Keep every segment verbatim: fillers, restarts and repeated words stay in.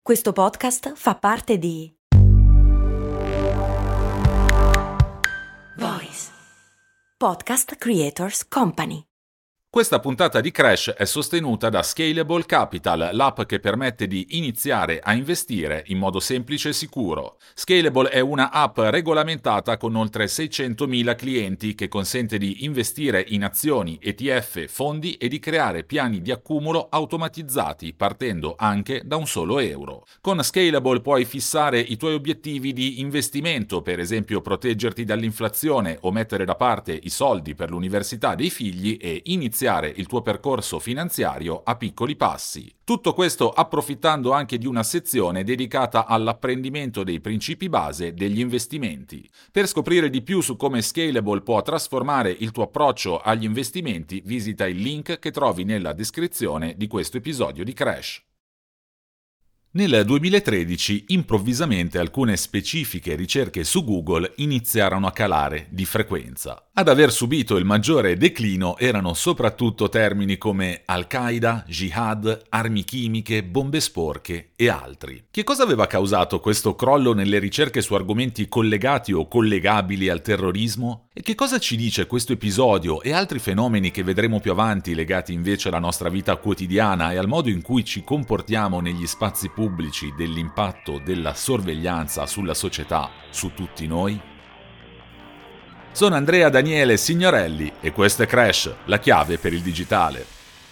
Questo podcast fa parte di Voice Podcast Creators Company. Questa puntata di Crash è sostenuta da Scalable Capital, l'app che permette di iniziare a investire in modo semplice e sicuro. Scalable è una app regolamentata con oltre seicentomila clienti che consente di investire in azioni, E T F, fondi e di creare piani di accumulo automatizzati partendo anche da un solo euro. Con Scalable puoi fissare i tuoi obiettivi di investimento, per esempio proteggerti dall'inflazione o mettere da parte i soldi per l'università dei figli e iniziare il tuo percorso finanziario a piccoli passi. Tutto questo approfittando anche di una sezione dedicata all'apprendimento dei principi base degli investimenti. Per scoprire di più su come Scalable può trasformare il tuo approccio agli investimenti, visita il link che trovi nella descrizione di questo episodio di Crash. Nel duemilatredici, improvvisamente alcune specifiche ricerche su Google iniziarono a calare di frequenza. Ad aver subito il maggiore declino erano soprattutto termini come Al-Qaeda, Jihad, armi chimiche, bombe sporche e altri. Che cosa aveva causato questo crollo nelle ricerche su argomenti collegati o collegabili al terrorismo? E che cosa ci dice questo episodio e altri fenomeni che vedremo più avanti legati invece alla nostra vita quotidiana e al modo in cui ci comportiamo negli spazi pubblici dell'impatto della sorveglianza sulla società, su tutti noi? Sono Andrea Daniele Signorelli e questo è Crash, la chiave per il digitale.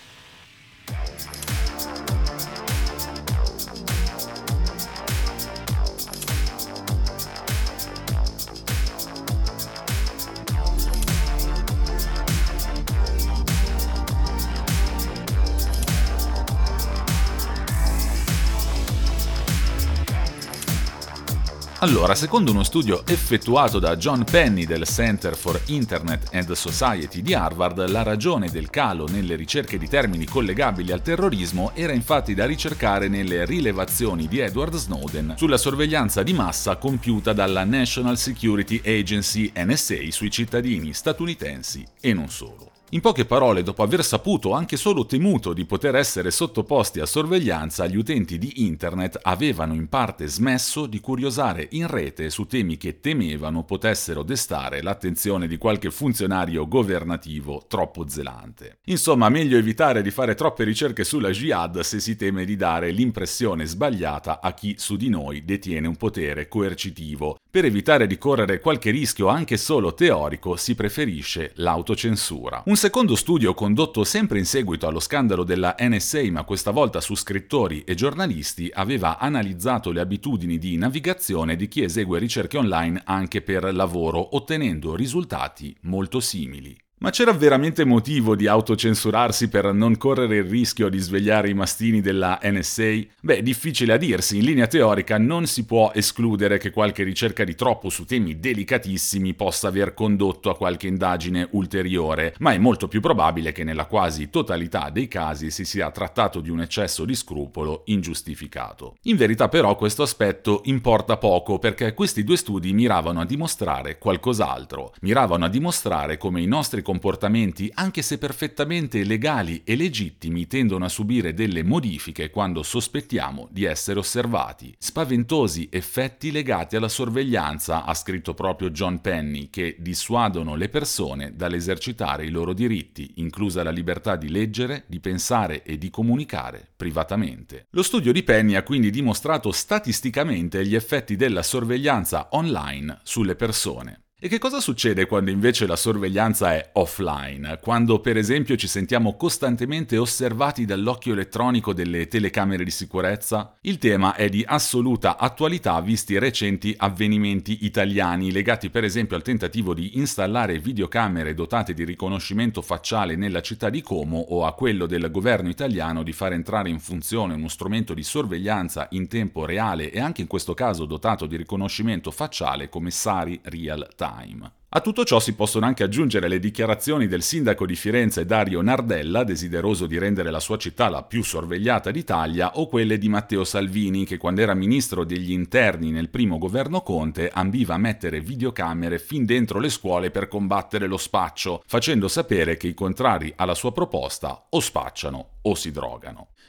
Allora, secondo uno studio effettuato da John Penny del Center for Internet and Society di Harvard, la ragione del calo nelle ricerche di termini collegabili al terrorismo era infatti da ricercare nelle rilevazioni di Edward Snowden sulla sorveglianza di massa compiuta dalla National Security Agency N S A sui cittadini statunitensi e non solo. In poche parole, dopo aver saputo o anche solo temuto di poter essere sottoposti a sorveglianza, gli utenti di Internet avevano in parte smesso di curiosare in rete su temi che temevano potessero destare l'attenzione di qualche funzionario governativo troppo zelante. Insomma, meglio evitare di fare troppe ricerche sulla jihad se si teme di dare l'impressione sbagliata a chi su di noi detiene un potere coercitivo. Per evitare di correre qualche rischio anche solo teorico, si preferisce l'autocensura. Un secondo studio condotto sempre in seguito allo scandalo della N S A, ma questa volta su scrittori e giornalisti, aveva analizzato le abitudini di navigazione di chi esegue ricerche online anche per lavoro, ottenendo risultati molto simili. Ma c'era veramente motivo di autocensurarsi per non correre il rischio di svegliare i mastini della N S A? Beh, difficile a dirsi. In linea teorica non si può escludere che qualche ricerca di troppo su temi delicatissimi possa aver condotto a qualche indagine ulteriore, ma è molto più probabile che nella quasi totalità dei casi si sia trattato di un eccesso di scrupolo ingiustificato. In verità però questo aspetto importa poco, perché questi due studi miravano a dimostrare qualcos'altro. Miravano a dimostrare come i nostri comportamenti, anche se perfettamente legali e legittimi, tendono a subire delle modifiche quando sospettiamo di essere osservati. Spaventosi effetti legati alla sorveglianza, ha scritto proprio John Penny, che dissuadono le persone dall'esercitare i loro diritti, inclusa la libertà di leggere, di pensare e di comunicare privatamente. Lo studio di Penny ha quindi dimostrato statisticamente gli effetti della sorveglianza online sulle persone. E che cosa succede quando invece la sorveglianza è offline? Quando per esempio ci sentiamo costantemente osservati dall'occhio elettronico delle telecamere di sicurezza? Il tema è di assoluta attualità visti i recenti avvenimenti italiani legati per esempio al tentativo di installare videocamere dotate di riconoscimento facciale nella città di Como o a quello del governo italiano di far entrare in funzione uno strumento di sorveglianza in tempo reale e anche in questo caso dotato di riconoscimento facciale come Sari Real Time. A tutto ciò si possono anche aggiungere le dichiarazioni del sindaco di Firenze Dario Nardella, desideroso di rendere la sua città la più sorvegliata d'Italia, o quelle di Matteo Salvini, che quando era ministro degli interni nel primo governo Conte ambiva a mettere videocamere fin dentro le scuole per combattere lo spaccio, facendo sapere che i contrari alla sua proposta o spacciano o si drogano.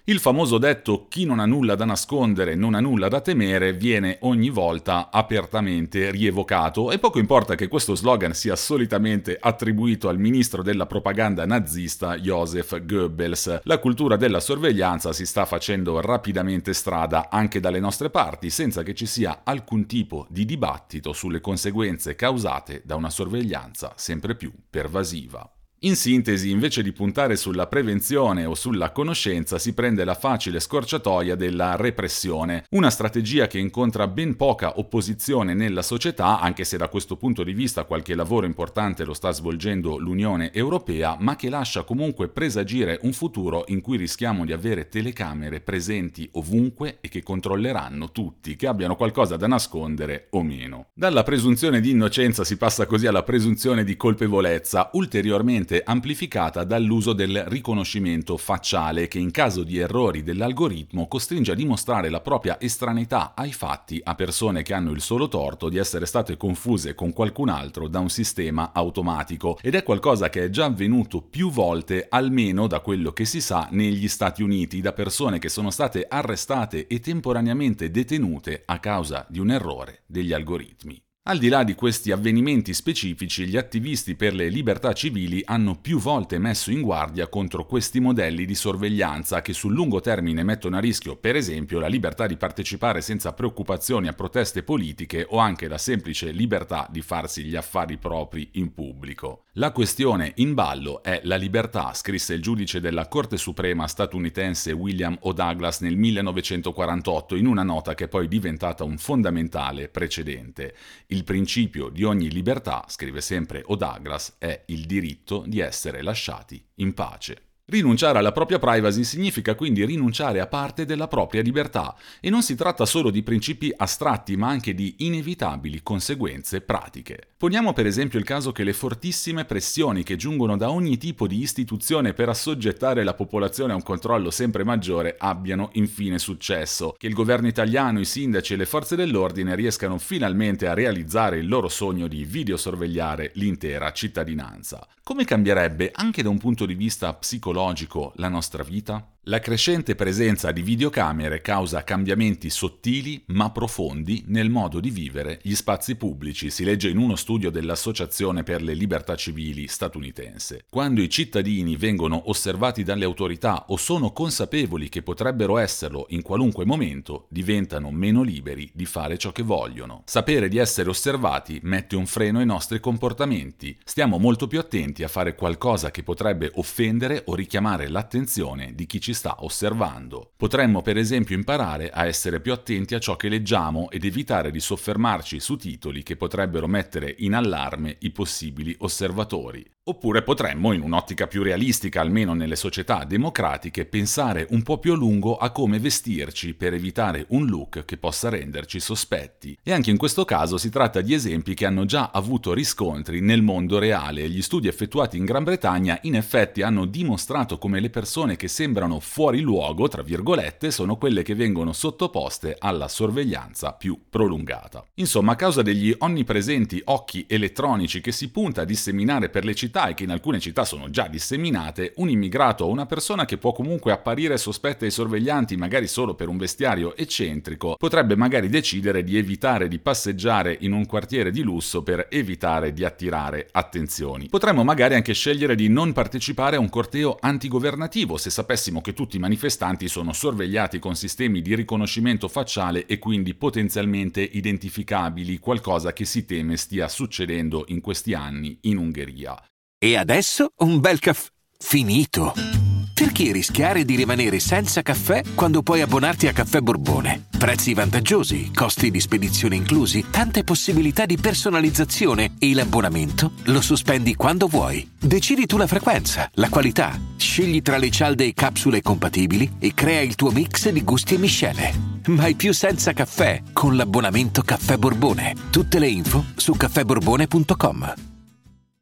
Il famoso detto "chi non ha nulla da nascondere non ha nulla da temere" viene ogni volta apertamente rievocato, e poco importa che questo slogan sia solitamente attribuito al ministro della propaganda nazista Joseph Goebbels. La cultura della sorveglianza si sta facendo rapidamente strada anche dalle nostre parti, senza che ci sia alcun tipo di dibattito sulle conseguenze causate da una sorveglianza sempre più pervasiva. In sintesi, invece di puntare sulla prevenzione o sulla conoscenza, si prende la facile scorciatoia della repressione, una strategia che incontra ben poca opposizione nella società, anche se da questo punto di vista qualche lavoro importante lo sta svolgendo l'Unione Europea, ma che lascia comunque presagire un futuro in cui rischiamo di avere telecamere presenti ovunque e che controlleranno tutti, che abbiano qualcosa da nascondere o meno. Dalla presunzione di innocenza si passa così alla presunzione di colpevolezza, ulteriormente amplificata dall'uso del riconoscimento facciale, che in caso di errori dell'algoritmo costringe a dimostrare la propria estraneità ai fatti a persone che hanno il solo torto di essere state confuse con qualcun altro da un sistema automatico, ed è qualcosa che è già avvenuto più volte, almeno da quello che si sa, negli Stati Uniti, da persone che sono state arrestate e temporaneamente detenute a causa di un errore degli algoritmi. Al di là di questi avvenimenti specifici, gli attivisti per le libertà civili hanno più volte messo in guardia contro questi modelli di sorveglianza che sul lungo termine mettono a rischio, per esempio, la libertà di partecipare senza preoccupazioni a proteste politiche o anche la semplice libertà di farsi gli affari propri in pubblico. La questione in ballo è la libertà, scrisse il giudice della Corte Suprema statunitense William O. Douglas nel millenovecentoquarantotto in una nota che è poi diventata un fondamentale precedente. Il principio di ogni libertà, scrive sempre O. Douglas, è il diritto di essere lasciati in pace. Rinunciare alla propria privacy significa quindi rinunciare a parte della propria libertà, e non si tratta solo di principi astratti, ma anche di inevitabili conseguenze pratiche. Poniamo per esempio il caso che le fortissime pressioni che giungono da ogni tipo di istituzione per assoggettare la popolazione a un controllo sempre maggiore abbiano infine successo, che il governo italiano, i sindaci e le forze dell'ordine riescano finalmente a realizzare il loro sogno di videosorvegliare l'intera cittadinanza. Come cambierebbe, anche da un punto di vista psicologico, la nostra vita? La crescente presenza di videocamere causa cambiamenti sottili ma profondi nel modo di vivere gli spazi pubblici, si legge in uno studio dell'Associazione per le Libertà Civili statunitense. Quando i cittadini vengono osservati dalle autorità o sono consapevoli che potrebbero esserlo in qualunque momento, diventano meno liberi di fare ciò che vogliono. Sapere di essere osservati mette un freno ai nostri comportamenti. Stiamo molto più attenti a fare qualcosa che potrebbe offendere o richiamare l'attenzione di chi ci sta osservando. Potremmo per esempio imparare a essere più attenti a ciò che leggiamo ed evitare di soffermarci su titoli che potrebbero mettere in allarme i possibili osservatori. Oppure potremmo, in un'ottica più realistica, almeno nelle società democratiche, pensare un po' più a lungo a come vestirci per evitare un look che possa renderci sospetti. E anche in questo caso si tratta di esempi che hanno già avuto riscontri nel mondo reale. Gli studi effettuati in Gran Bretagna in effetti hanno dimostrato come le persone che sembrano fuori luogo, tra virgolette, sono quelle che vengono sottoposte alla sorveglianza più prolungata. Insomma, a causa degli onnipresenti occhi elettronici che si punta a disseminare per le città e che in alcune città sono già disseminate, un immigrato o una persona che può comunque apparire sospetta ai sorveglianti magari solo per un vestiario eccentrico potrebbe magari decidere di evitare di passeggiare in un quartiere di lusso per evitare di attirare attenzioni. Potremmo magari anche scegliere di non partecipare a un corteo antigovernativo se sapessimo che tutti i manifestanti sono sorvegliati con sistemi di riconoscimento facciale e quindi potenzialmente identificabili, qualcosa che si teme stia succedendo in questi anni in Ungheria. E adesso un bel caffè finito. Perché rischiare di rimanere senza caffè quando puoi abbonarti a Caffè Borbone? Prezzi vantaggiosi, costi di spedizione inclusi, tante possibilità di personalizzazione e l'abbonamento lo sospendi quando vuoi. Decidi tu la frequenza, la qualità, scegli tra le cialde e capsule compatibili e crea il tuo mix di gusti e miscele. Mai più senza caffè con l'abbonamento Caffè Borbone. Tutte le info su caffè borbone punto com.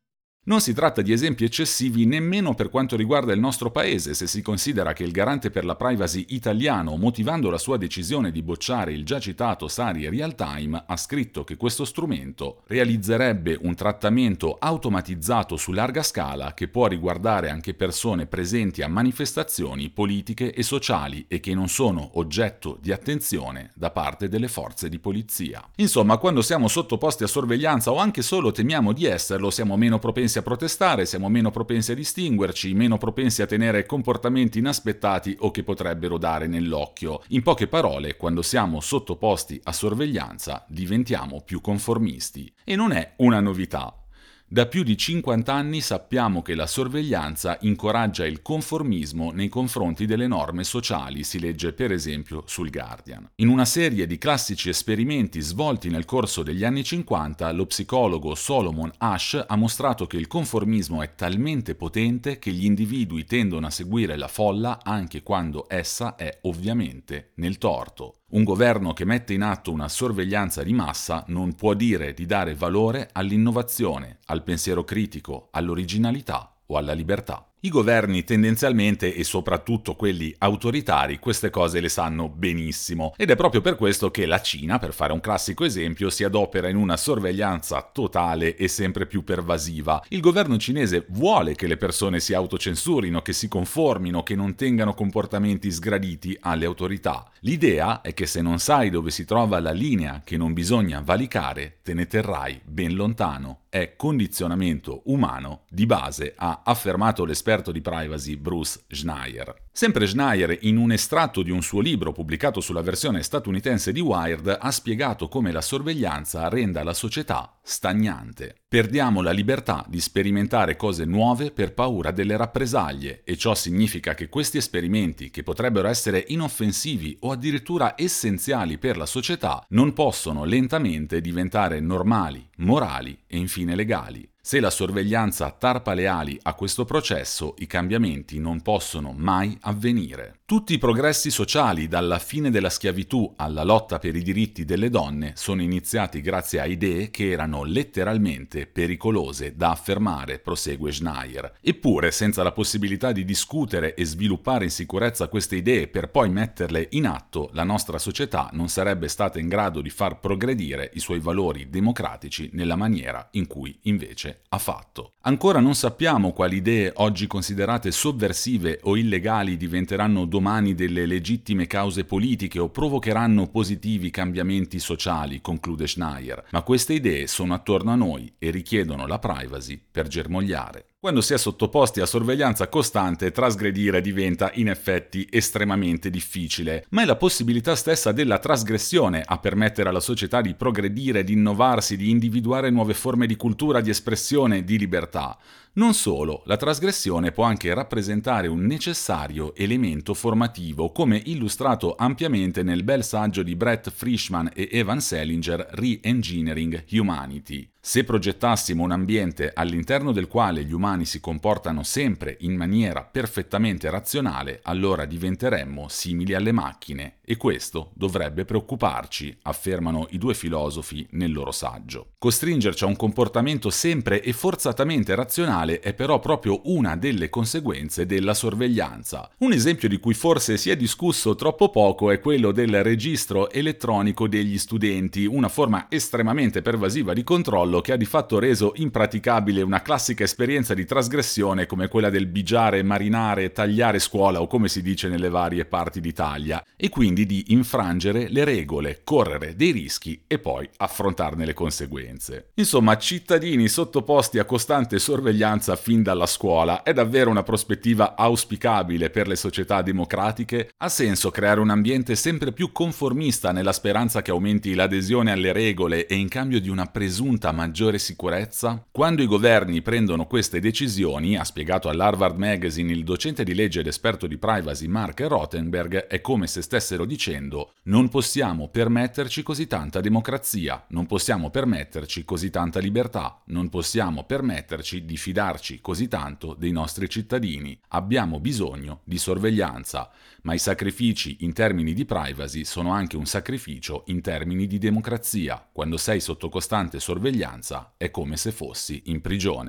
Non si tratta di esempi eccessivi nemmeno per quanto riguarda il nostro paese, se si considera che il garante per la privacy italiano, motivando la sua decisione di bocciare il già citato Sari Real Time, ha scritto che questo strumento realizzerebbe un trattamento automatizzato su larga scala che può riguardare anche persone presenti a manifestazioni politiche e sociali e che non sono oggetto di attenzione da parte delle forze di polizia. Insomma, quando siamo sottoposti a sorveglianza o anche solo temiamo di esserlo, siamo meno propensi a protestare, siamo meno propensi a distinguerci, meno propensi a tenere comportamenti inaspettati o che potrebbero dare nell'occhio. In poche parole, quando siamo sottoposti a sorveglianza, diventiamo più conformisti. E non è una novità. Da più di cinquanta anni sappiamo che la sorveglianza incoraggia il conformismo nei confronti delle norme sociali, si legge per esempio sul Guardian. In una serie di classici esperimenti svolti nel corso degli anni cinquanta, lo psicologo Solomon Asch ha mostrato che il conformismo è talmente potente che gli individui tendono a seguire la folla anche quando essa è ovviamente nel torto. Un governo che mette in atto una sorveglianza di massa non può dire di dare valore all'innovazione, al pensiero critico, all'originalità o alla libertà. I governi tendenzialmente, e soprattutto quelli autoritari, queste cose le sanno benissimo, ed è proprio per questo che la Cina, per fare un classico esempio, si adopera in una sorveglianza totale e sempre più pervasiva. Il governo cinese vuole che le persone si autocensurino, che si conformino, che non tengano comportamenti sgraditi alle autorità. L'idea è che se non sai dove si trova la linea che non bisogna valicare, te ne terrai ben lontano. È condizionamento umano di base, ha affermato l'esperto di privacy Bruce Schneier. Sempre Schneier, in un estratto di un suo libro pubblicato sulla versione statunitense di Wired, ha spiegato come la sorveglianza renda la società stagnante. Perdiamo la libertà di sperimentare cose nuove per paura delle rappresaglie, e ciò significa che questi esperimenti, che potrebbero essere inoffensivi o addirittura essenziali per la società, non possono lentamente diventare normali, morali e infine legali. Se la sorveglianza tarpa le ali a questo processo, i cambiamenti non possono mai avvenire. Tutti i progressi sociali, dalla fine della schiavitù alla lotta per i diritti delle donne, sono iniziati grazie a idee che erano letteralmente pericolose da affermare, prosegue Schneier. Eppure, senza la possibilità di discutere e sviluppare in sicurezza queste idee per poi metterle in atto, la nostra società non sarebbe stata in grado di far progredire i suoi valori democratici nella maniera in cui invece ha fatto. Ancora non sappiamo quali idee oggi considerate sovversive o illegali diventeranno domani delle legittime cause politiche o provocheranno positivi cambiamenti sociali, conclude Schneier, ma queste idee sono attorno a noi e richiedono la privacy per germogliare. Quando si è sottoposti a sorveglianza costante, trasgredire diventa in effetti estremamente difficile, ma è la possibilità stessa della trasgressione a permettere alla società di progredire, di innovarsi, di individuare nuove forme di cultura, di espressione, di libertà. Non solo, la trasgressione può anche rappresentare un necessario elemento formativo, come illustrato ampiamente nel bel saggio di Brett Frischman e Evan Selinger, Re-Engineering Humanity. Se progettassimo un ambiente all'interno del quale gli umani si comportano sempre in maniera perfettamente razionale, allora diventeremmo simili alle macchine, e questo dovrebbe preoccuparci, affermano i due filosofi nel loro saggio. Costringerci a un comportamento sempre e forzatamente razionale è però proprio una delle conseguenze della sorveglianza. Un esempio di cui forse si è discusso troppo poco è quello del registro elettronico degli studenti, una forma estremamente pervasiva di controllo che ha di fatto reso impraticabile una classica esperienza di trasgressione come quella del bigiare, marinare, tagliare scuola o come si dice nelle varie parti d'Italia, e quindi di infrangere le regole, correre dei rischi e poi affrontarne le conseguenze. Insomma, cittadini sottoposti a costante sorveglianza fin dalla scuola è davvero una prospettiva auspicabile per le società democratiche? Ha senso creare un ambiente sempre più conformista nella speranza che aumenti l'adesione alle regole e in cambio di una presunta maggiore sicurezza? Quando i governi prendono queste decisioni, ha spiegato all'Harvard Magazine il docente di legge ed esperto di privacy Mark Rothenberg, è come se stessero dicendo: non possiamo permetterci così tanta democrazia, non possiamo permetterci così tanta libertà, non possiamo permetterci di fidarci così tanto dei nostri cittadini. Abbiamo bisogno di sorveglianza, ma i sacrifici in termini di privacy sono anche un sacrificio in termini di democrazia. Quando sei sotto costante sorveglianza è come se fossi in prigione.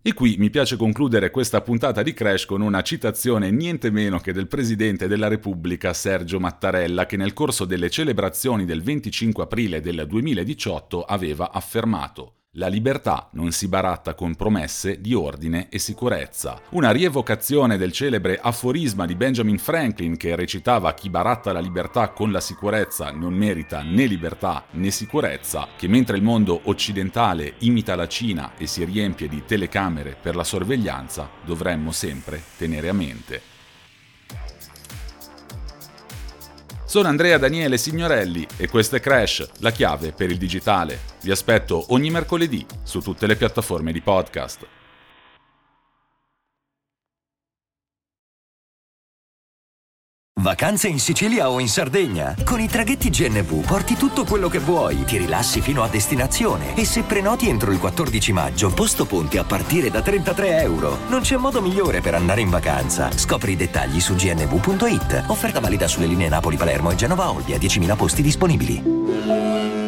E qui mi piace concludere questa puntata di Crash con una citazione niente meno che del Presidente della Repubblica Sergio Mattarella, che nel corso delle celebrazioni del venticinque aprile del duemiladiciotto aveva affermato: «La libertà non si baratta con promesse di ordine e sicurezza». Una rievocazione del celebre aforisma di Benjamin Franklin che recitava: «Chi baratta la libertà con la sicurezza non merita né libertà né sicurezza», che mentre il mondo occidentale imita la Cina e si riempie di telecamere per la sorveglianza, dovremmo sempre tenere a mente. Sono Andrea Daniele Signorelli e questo è Crash, la chiave per il digitale. Vi aspetto ogni mercoledì su tutte le piattaforme di podcast. Vacanze in Sicilia o in Sardegna? Con i traghetti G N V porti tutto quello che vuoi, ti rilassi fino a destinazione e se prenoti entro il quattordici maggio, posto ponti a partire da trentatré euro. Non c'è modo migliore per andare in vacanza. Scopri i dettagli su g n v punto i t. Offerta valida sulle linee Napoli-Palermo e Genova-Olbia, diecimila posti disponibili.